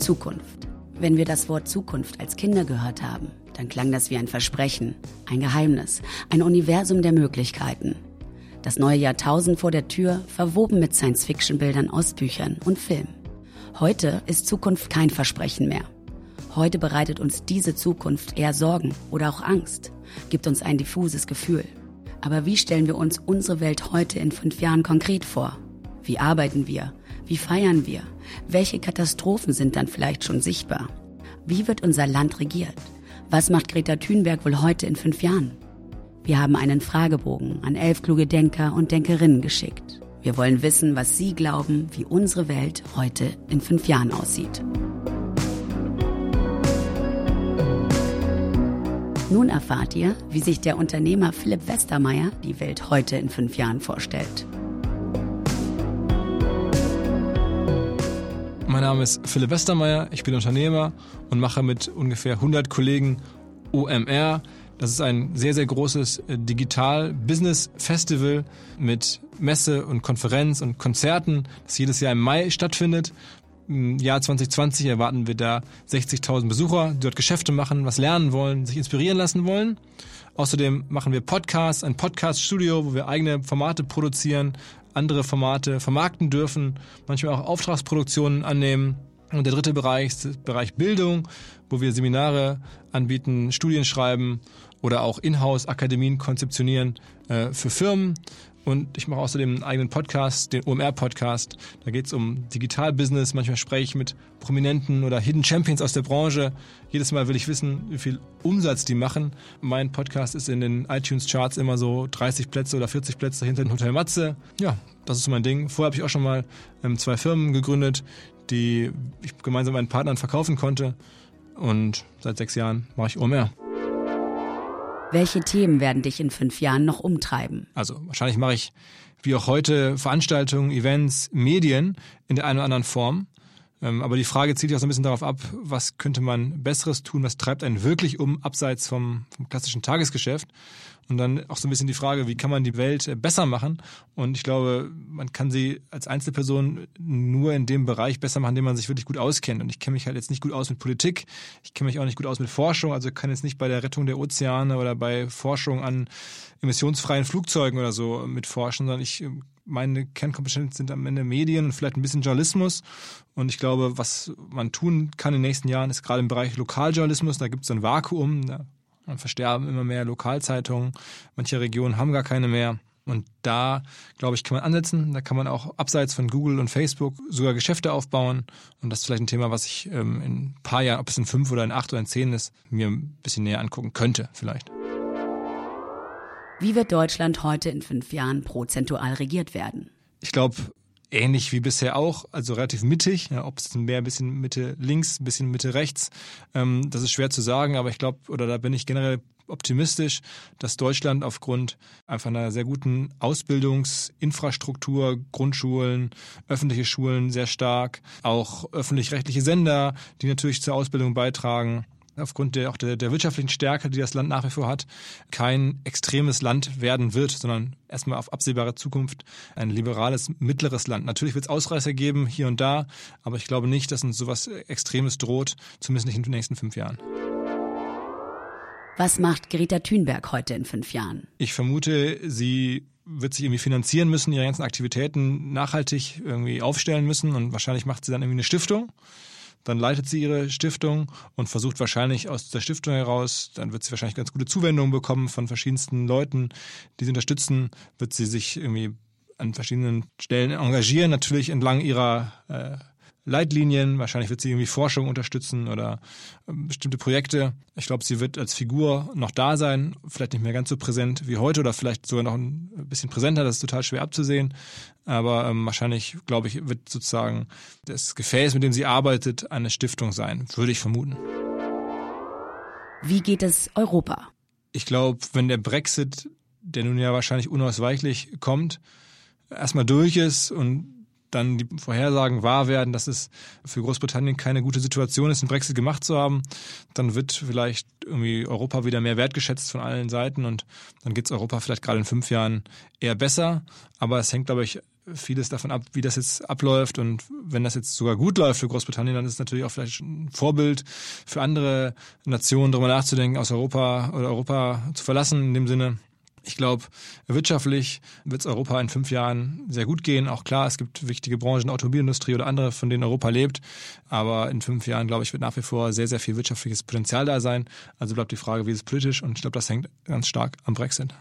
Zukunft. Wenn wir das Wort Zukunft als Kinder gehört haben, dann klang das wie ein Versprechen, ein Geheimnis, ein Universum der Möglichkeiten. Das neue Jahrtausend vor der Tür, verwoben mit Science-Fiction-Bildern aus Büchern und Filmen. Heute ist Zukunft kein Versprechen mehr. Heute bereitet uns diese Zukunft eher Sorgen oder auch Angst, gibt uns ein diffuses Gefühl. Aber wie stellen wir uns unsere Welt heute in 5 Jahren konkret vor? Wie arbeiten wir? Wie feiern wir? Welche Katastrophen sind dann vielleicht schon sichtbar? Wie wird unser Land regiert? Was macht Greta Thunberg wohl heute in 5 Jahren? Wir haben einen Fragebogen an 11 kluge Denker und Denkerinnen geschickt. Wir wollen wissen, was Sie glauben, wie unsere Welt heute in 5 Jahren aussieht. Nun erfahrt ihr, wie sich der Unternehmer Philipp Westermeier die Welt heute in 5 Jahren vorstellt. Mein Name ist Philipp Westermeier, ich bin Unternehmer und mache mit ungefähr 100 Kollegen OMR. Das ist ein sehr, sehr großes Digital-Business-Festival mit Messe und Konferenz und Konzerten, das jedes Jahr im Mai stattfindet. Im Jahr 2020 erwarten wir da 60.000 Besucher, die dort Geschäfte machen, was lernen wollen, sich inspirieren lassen wollen. Außerdem machen wir Podcasts, ein Podcast-Studio, wo wir eigene Formate produzieren, andere Formate vermarkten dürfen, manchmal auch Auftragsproduktionen annehmen. Und der dritte Bereich ist der Bereich Bildung, wo wir Seminare anbieten, Studien schreiben oder auch Inhouse-Akademien konzeptionieren für Firmen. Und ich mache außerdem einen eigenen Podcast, den OMR-Podcast. Da geht es um Digital-Business. Manchmal spreche ich mit Prominenten oder Hidden Champions aus der Branche. Jedes Mal will ich wissen, wie viel Umsatz die machen. Mein Podcast ist in den iTunes-Charts immer so 30 Plätze oder 40 Plätze hinter dem Hotel Matze. Ja, das ist so mein Ding. Vorher habe ich auch schon mal 2 Firmen gegründet, die ich gemeinsam mit meinen Partnern verkaufen konnte. Und seit 6 Jahren mache ich OMR. Welche Themen werden dich in 5 Jahren noch umtreiben? Also wahrscheinlich mache ich, wie auch heute, Veranstaltungen, Events, Medien in der einen oder anderen Form. Aber die Frage zielt ja auch so ein bisschen darauf ab, was könnte man Besseres tun, was treibt einen wirklich um, abseits vom klassischen Tagesgeschäft. Und dann auch so ein bisschen die Frage, wie kann man die Welt besser machen? Und ich glaube, man kann sie als Einzelperson nur in dem Bereich besser machen, in dem man sich wirklich gut auskennt. Und ich kenne mich halt jetzt nicht gut aus mit Politik, ich kenne mich auch nicht gut aus mit Forschung, also kann jetzt nicht bei der Rettung der Ozeane oder bei Forschung an emissionsfreien Flugzeugen oder so mitforschen, sondern meine Kernkompetenzen sind am Ende Medien und vielleicht ein bisschen Journalismus. Und ich glaube, was man tun kann in den nächsten Jahren, ist gerade im Bereich Lokaljournalismus, da gibt es ein Vakuum, da versterben immer mehr Lokalzeitungen, manche Regionen haben gar keine mehr. Und da, glaube ich, kann man ansetzen. Da kann man auch abseits von Google und Facebook sogar Geschäfte aufbauen. Und das ist vielleicht ein Thema, was ich in ein paar Jahren, ob es in 5 oder in 8 oder in 10 ist, mir ein bisschen näher angucken könnte vielleicht. Wie wird Deutschland heute in 5 Jahren prozentual regiert werden? Ich glaube, ähnlich wie bisher auch, also relativ mittig, ja, ob es mehr ein bisschen Mitte links, ein bisschen Mitte rechts, das ist schwer zu sagen, aber ich glaube, oder da bin ich generell optimistisch, dass Deutschland aufgrund einfach einer sehr guten Ausbildungsinfrastruktur, Grundschulen, öffentliche Schulen sehr stark, auch öffentlich-rechtliche Sender, die natürlich zur Ausbildung beitragen, aufgrund der wirtschaftlichen Stärke, die das Land nach wie vor hat, kein extremes Land werden wird, sondern erstmal auf absehbare Zukunft ein liberales, mittleres Land. Natürlich wird es Ausreißer geben, hier und da, aber ich glaube nicht, dass uns sowas Extremes droht, zumindest nicht in den nächsten 5 Jahren. Was macht Greta Thunberg heute in 5 Jahren? Ich vermute, sie wird sich irgendwie finanzieren müssen, ihre ganzen Aktivitäten nachhaltig irgendwie aufstellen müssen und wahrscheinlich macht sie dann irgendwie eine Stiftung. Dann leitet sie ihre Stiftung und versucht wahrscheinlich aus der Stiftung heraus, dann wird sie wahrscheinlich ganz gute Zuwendungen bekommen von verschiedensten Leuten, die sie unterstützen, wird sie sich irgendwie an verschiedenen Stellen engagieren, natürlich entlang ihrer Leitlinien. Wahrscheinlich wird sie irgendwie Forschung unterstützen oder bestimmte Projekte. Ich glaube, sie wird als Figur noch da sein, vielleicht nicht mehr ganz so präsent wie heute oder vielleicht sogar noch ein bisschen präsenter. Das ist total schwer abzusehen. Aber wahrscheinlich, glaube ich, wird sozusagen das Gefäß, mit dem sie arbeitet, eine Stiftung sein, würde ich vermuten. Wie geht es Europa? Ich glaube, wenn der Brexit, der nun ja wahrscheinlich unausweichlich kommt, erstmal durch ist und dann die Vorhersagen wahr werden, dass es für Großbritannien keine gute Situation ist, einen Brexit gemacht zu haben, dann wird vielleicht irgendwie Europa wieder mehr wertgeschätzt von allen Seiten und dann geht es Europa vielleicht gerade in 5 Jahren eher besser. Aber es hängt, glaube ich, vieles davon ab, wie das jetzt abläuft. Und wenn das jetzt sogar gut läuft für Großbritannien, dann ist es natürlich auch vielleicht ein Vorbild für andere Nationen, darüber nachzudenken, aus Europa oder Europa zu verlassen in dem Sinne. Ich glaube, wirtschaftlich wird es Europa in 5 Jahren sehr gut gehen. Auch klar, es gibt wichtige Branchen, Automobilindustrie oder andere, von denen Europa lebt. Aber in 5 Jahren, glaube ich, wird nach wie vor sehr, sehr viel wirtschaftliches Potenzial da sein. Also bleibt die Frage, wie ist es politisch? Und ich glaube, das hängt ganz stark am Brexit.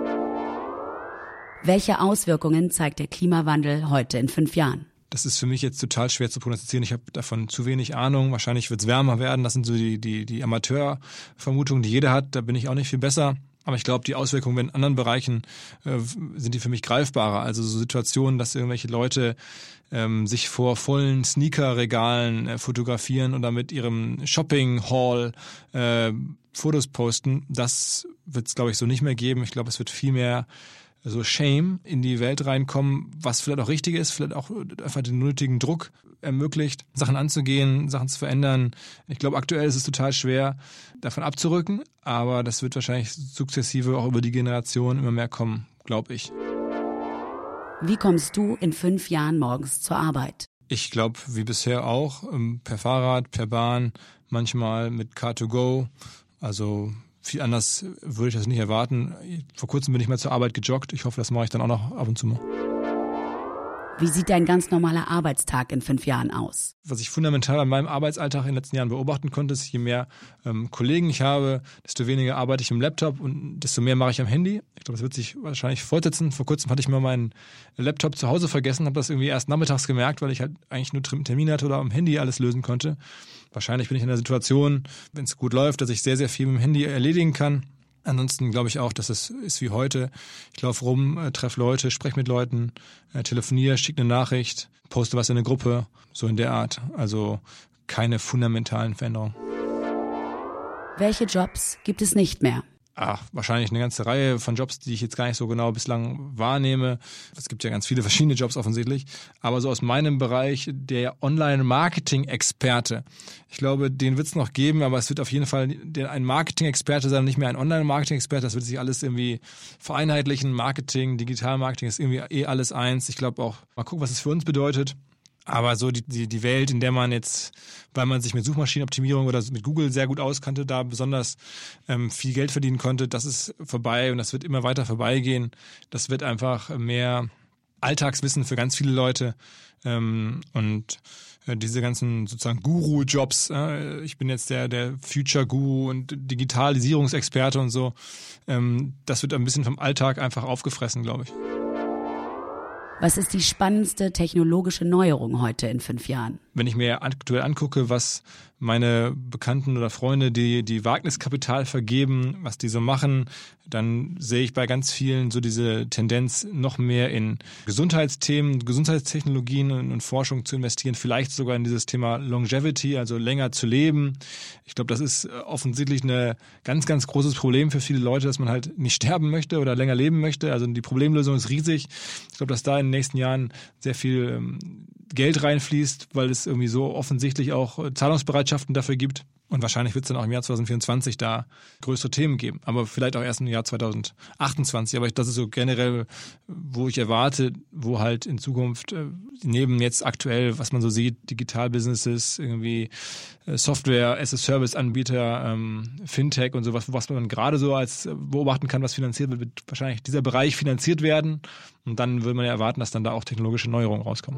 Welche Auswirkungen zeigt der Klimawandel heute in 5 Jahren? Das ist für mich jetzt total schwer zu prognostizieren. Ich habe davon zu wenig Ahnung. Wahrscheinlich wird es wärmer werden. Das sind so die Amateurvermutungen, die jeder hat. Da bin ich auch nicht viel besser. Aber ich glaube, die Auswirkungen in anderen Bereichen sind die für mich greifbarer. Also so Situationen, dass irgendwelche Leute sich vor vollen Sneaker-Regalen fotografieren oder mit ihrem Shopping-Haul Fotos posten. Das wird es, glaube ich, so nicht mehr geben. Ich glaube, es wird viel mehr so Shame in die Welt reinkommen, was vielleicht auch richtig ist, vielleicht auch einfach den nötigen Druck ermöglicht, Sachen anzugehen, Sachen zu verändern. Ich glaube, aktuell ist es total schwer, davon abzurücken, aber das wird wahrscheinlich sukzessive auch über die Generation immer mehr kommen, glaube ich. Wie kommst du in 5 Jahren morgens zur Arbeit? Ich glaube, wie bisher auch, per Fahrrad, per Bahn, manchmal mit Car2Go, also viel anders würde ich das nicht erwarten. Vor kurzem bin ich mal zur Arbeit gejoggt. Ich hoffe, das mache ich dann auch noch ab und zu mal. Wie sieht dein ganz normaler Arbeitstag in 5 Jahren aus? Was ich fundamental an meinem Arbeitsalltag in den letzten Jahren beobachten konnte, ist, je mehr Kollegen ich habe, desto weniger arbeite ich im Laptop und desto mehr mache ich am Handy. Ich glaube, das wird sich wahrscheinlich fortsetzen. Vor kurzem hatte ich mal meinen Laptop zu Hause vergessen, habe das irgendwie erst nachmittags gemerkt, weil ich halt eigentlich nur Termine hatte oder am Handy alles lösen konnte. Wahrscheinlich bin ich in der Situation, wenn es gut läuft, dass ich sehr, sehr viel mit dem Handy erledigen kann. Ansonsten glaube ich auch, dass es ist wie heute. Ich laufe rum, treffe Leute, spreche mit Leuten, telefoniere, schicke eine Nachricht, poste was in eine Gruppe, so in der Art. Also keine fundamentalen Veränderungen. Welche Jobs gibt es nicht mehr? Wahrscheinlich eine ganze Reihe von Jobs, die ich jetzt gar nicht so genau bislang wahrnehme. Es gibt ja ganz viele verschiedene Jobs offensichtlich. Aber so aus meinem Bereich, der Online-Marketing-Experte. Ich glaube, den wird es noch geben, aber es wird auf jeden Fall ein Marketing-Experte sein, nicht mehr ein Online-Marketing-Experte. Das wird sich alles irgendwie vereinheitlichen. Marketing, Digital-Marketing ist irgendwie alles eins. Ich glaube auch, mal gucken, was es für uns bedeutet. Aber so die Welt, in der man jetzt, weil man sich mit Suchmaschinenoptimierung oder mit Google sehr gut auskannte, da besonders viel Geld verdienen konnte, das ist vorbei und das wird immer weiter vorbeigehen. Das wird einfach mehr Alltagswissen für ganz viele Leute und diese ganzen sozusagen Guru-Jobs. Ich bin jetzt der Future-Guru und Digitalisierungsexperte und so. Das wird ein bisschen vom Alltag einfach aufgefressen, glaube ich. Was ist die spannendste technologische Neuerung heute in 5 Jahren? Wenn ich mir aktuell angucke, was meine Bekannten oder Freunde, die Wagniskapital vergeben, was die so machen, dann sehe ich bei ganz vielen so diese Tendenz, noch mehr in Gesundheitsthemen, Gesundheitstechnologien und Forschung zu investieren, vielleicht sogar in dieses Thema Longevity, also länger zu leben. Ich glaube, das ist offensichtlich ein ganz, ganz großes Problem für viele Leute, dass man halt nicht sterben möchte oder länger leben möchte. Also die Problemlösung ist riesig. Ich glaube, dass da in den nächsten Jahren sehr viel Geld reinfließt, weil es irgendwie so offensichtlich auch Zahlungsbereitschaften dafür gibt. Und wahrscheinlich wird es dann auch im Jahr 2024 da größere Themen geben. Aber vielleicht auch erst im Jahr 2028. Aber das ist so generell, wo ich erwarte, wo halt in Zukunft neben jetzt aktuell, was man so sieht, Digital-Businesses, irgendwie Software, as-a-Service-Anbieter, Fintech und sowas, was man gerade so als beobachten kann, was finanziert wird wahrscheinlich dieser Bereich finanziert werden. Und dann würde man ja erwarten, dass dann da auch technologische Neuerungen rauskommen.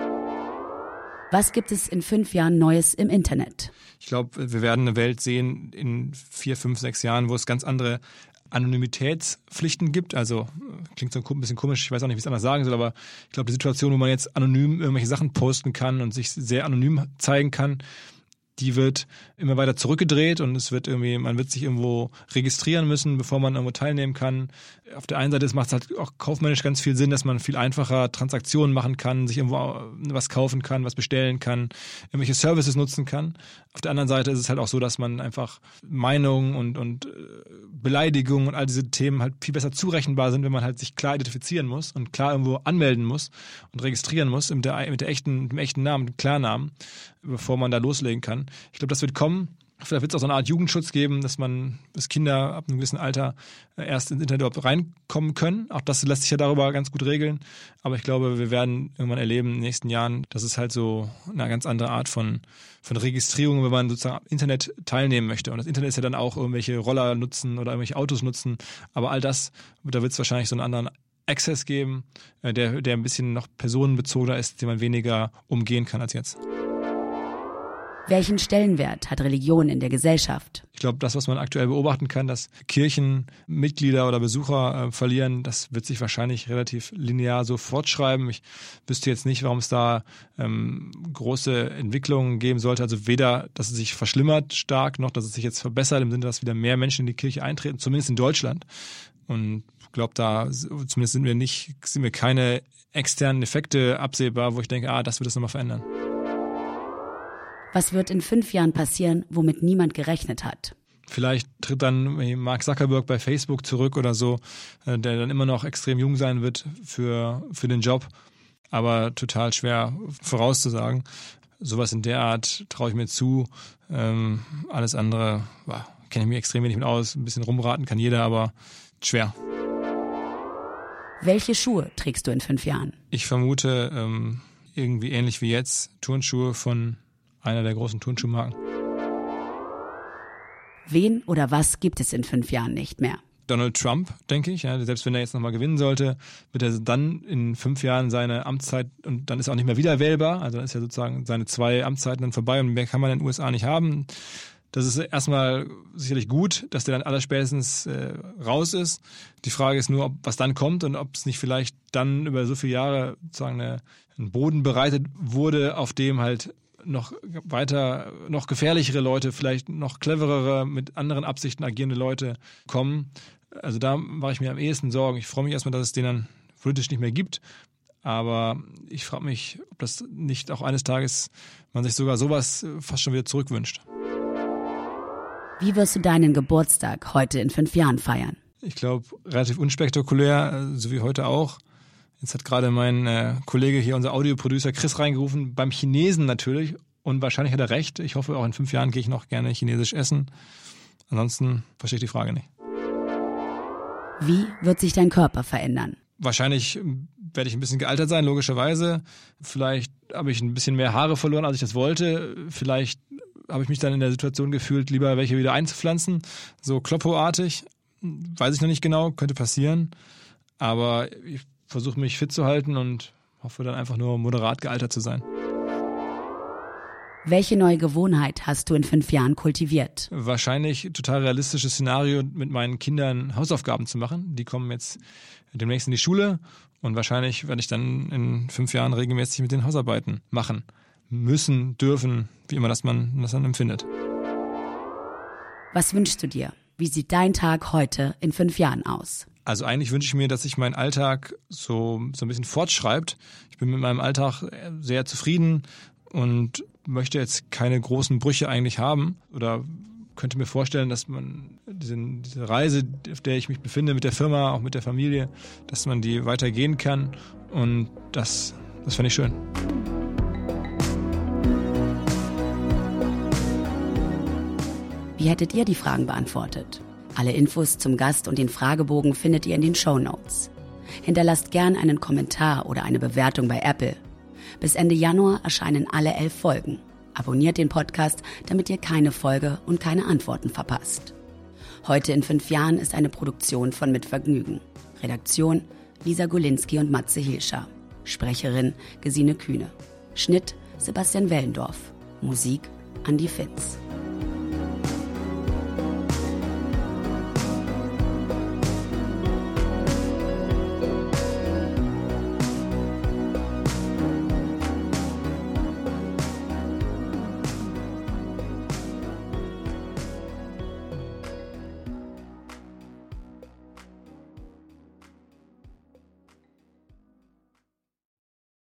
Was gibt es in 5 Jahren Neues im Internet? Ich glaube, wir werden eine Welt sehen in 4, 5, 6 Jahren, wo es ganz andere Anonymitätspflichten gibt. Also klingt so ein bisschen komisch, ich weiß auch nicht, wie ich es anders sagen soll, aber ich glaube, die Situation, wo man jetzt anonym irgendwelche Sachen posten kann und sich sehr anonym zeigen kann, die wird immer weiter zurückgedreht und man wird sich irgendwo registrieren müssen, bevor man irgendwo teilnehmen kann. Auf der einen Seite macht es halt auch kaufmännisch ganz viel Sinn, dass man viel einfacher Transaktionen machen kann, sich irgendwo was kaufen kann, was bestellen kann, irgendwelche Services nutzen kann. Auf der anderen Seite ist es halt auch so, dass man einfach Meinungen und Beleidigungen und all diese Themen halt viel besser zurechenbar sind, wenn man halt sich klar identifizieren muss und klar irgendwo anmelden muss und registrieren muss mit dem echten Namen, mit dem Klarnamen, bevor man da loslegen kann. Ich glaube, das wird kommen. Vielleicht wird es auch so eine Art Jugendschutz geben, dass Kinder ab einem gewissen Alter erst ins Internet überhaupt reinkommen können. Auch das lässt sich ja darüber ganz gut regeln. Aber ich glaube, wir werden irgendwann erleben in den nächsten Jahren, dass es halt so eine ganz andere Art von Registrierung, wenn man sozusagen am Internet teilnehmen möchte. Und das Internet ist ja dann auch irgendwelche Roller nutzen oder irgendwelche Autos nutzen. Aber all das, da wird es wahrscheinlich so einen anderen Access geben, der ein bisschen noch personenbezogener ist, den man weniger umgehen kann als jetzt. Welchen Stellenwert hat Religion in der Gesellschaft? Ich glaube, das, was man aktuell beobachten kann, dass Kirchen Mitglieder oder Besucher verlieren, das wird sich wahrscheinlich relativ linear so fortschreiben. Ich wüsste jetzt nicht, warum es da große Entwicklungen geben sollte. Also weder, dass es sich verschlimmert stark, noch dass es sich jetzt verbessert, im Sinne, dass wieder mehr Menschen in die Kirche eintreten, zumindest in Deutschland. Und ich glaube, da zumindest sind mir keine externen Effekte absehbar, wo ich denke, das wird es nochmal verändern. Was wird in 5 Jahren passieren, womit niemand gerechnet hat? Vielleicht tritt dann Mark Zuckerberg bei Facebook zurück oder so, der dann immer noch extrem jung sein wird für den Job, aber total schwer vorauszusagen. Sowas in der Art traue ich mir zu. Alles andere kenne ich mich extrem wenig mit aus. Ein bisschen rumraten kann jeder, aber schwer. Welche Schuhe trägst du in 5 Jahren? Ich vermute irgendwie ähnlich wie jetzt Turnschuhe von einer der großen Turnschuhmarken. Wen oder was gibt es in 5 Jahren nicht mehr? Donald Trump, denke ich. Ja, selbst wenn er jetzt nochmal gewinnen sollte, wird er dann in 5 Jahren seine Amtszeit, und dann ist er auch nicht mehr wiederwählbar, also dann ist ja sozusagen seine 2 Amtszeiten dann vorbei und mehr kann man in den USA nicht haben. Das ist erstmal sicherlich gut, dass der dann allerspätestens raus ist. Die Frage ist nur, was dann kommt und ob es nicht vielleicht dann über so viele Jahre sozusagen ein Boden bereitet wurde, auf dem halt noch gefährlichere Leute, vielleicht noch cleverere, mit anderen Absichten agierende Leute kommen. Also da mache ich mir am ehesten Sorgen. Ich freue mich erstmal, dass es den dann politisch nicht mehr gibt. Aber ich frage mich, ob das nicht auch eines Tages man sich sogar sowas fast schon wieder zurückwünscht. Wie wirst du deinen Geburtstag heute in 5 Jahren feiern? Ich glaube, relativ unspektakulär, so wie heute auch. Jetzt hat gerade mein Kollege hier, unser Audioproducer Chris, reingerufen, beim Chinesen natürlich. Und wahrscheinlich hat er recht. Ich hoffe, auch in 5 Jahren gehe ich noch gerne chinesisch essen. Ansonsten verstehe ich die Frage nicht. Wie wird sich dein Körper verändern? Wahrscheinlich werde ich ein bisschen gealtert sein, logischerweise. Vielleicht habe ich ein bisschen mehr Haare verloren, als ich das wollte. Vielleicht habe ich mich dann in der Situation gefühlt, lieber welche wieder einzupflanzen. So Kloppo-artig. Weiß ich noch nicht genau, könnte passieren. Aber ich versuche mich fit zu halten und hoffe dann einfach nur moderat gealtert zu sein. Welche neue Gewohnheit hast du in 5 Jahren kultiviert? Wahrscheinlich total realistisches Szenario, mit meinen Kindern Hausaufgaben zu machen. Die kommen jetzt demnächst in die Schule und wahrscheinlich werde ich dann in 5 Jahren regelmäßig mit den Hausarbeiten machen. Müssen, dürfen, wie immer man das dann empfindet. Was wünschst du dir? Wie sieht dein Tag heute in 5 Jahren aus? Also eigentlich wünsche ich mir, dass sich mein Alltag so ein bisschen fortschreibt. Ich bin mit meinem Alltag sehr zufrieden und möchte jetzt keine großen Brüche eigentlich haben oder könnte mir vorstellen, dass man diese Reise, auf der ich mich befinde mit der Firma, auch mit der Familie, dass man die weitergehen kann und das fände ich schön. Wie hättet ihr die Fragen beantwortet? Alle Infos zum Gast und den Fragebogen findet ihr in den Shownotes. Hinterlasst gern einen Kommentar oder eine Bewertung bei Apple. Bis Ende Januar erscheinen alle 11 Folgen. Abonniert den Podcast, damit ihr keine Folge und keine Antworten verpasst. Heute in 5 Jahren ist eine Produktion von Mit Vergnügen. Redaktion Lisa Golinski und Matze Hilscher. Sprecherin Gesine Kühne. Schnitt Sebastian Wellendorf. Musik Andi Fitz.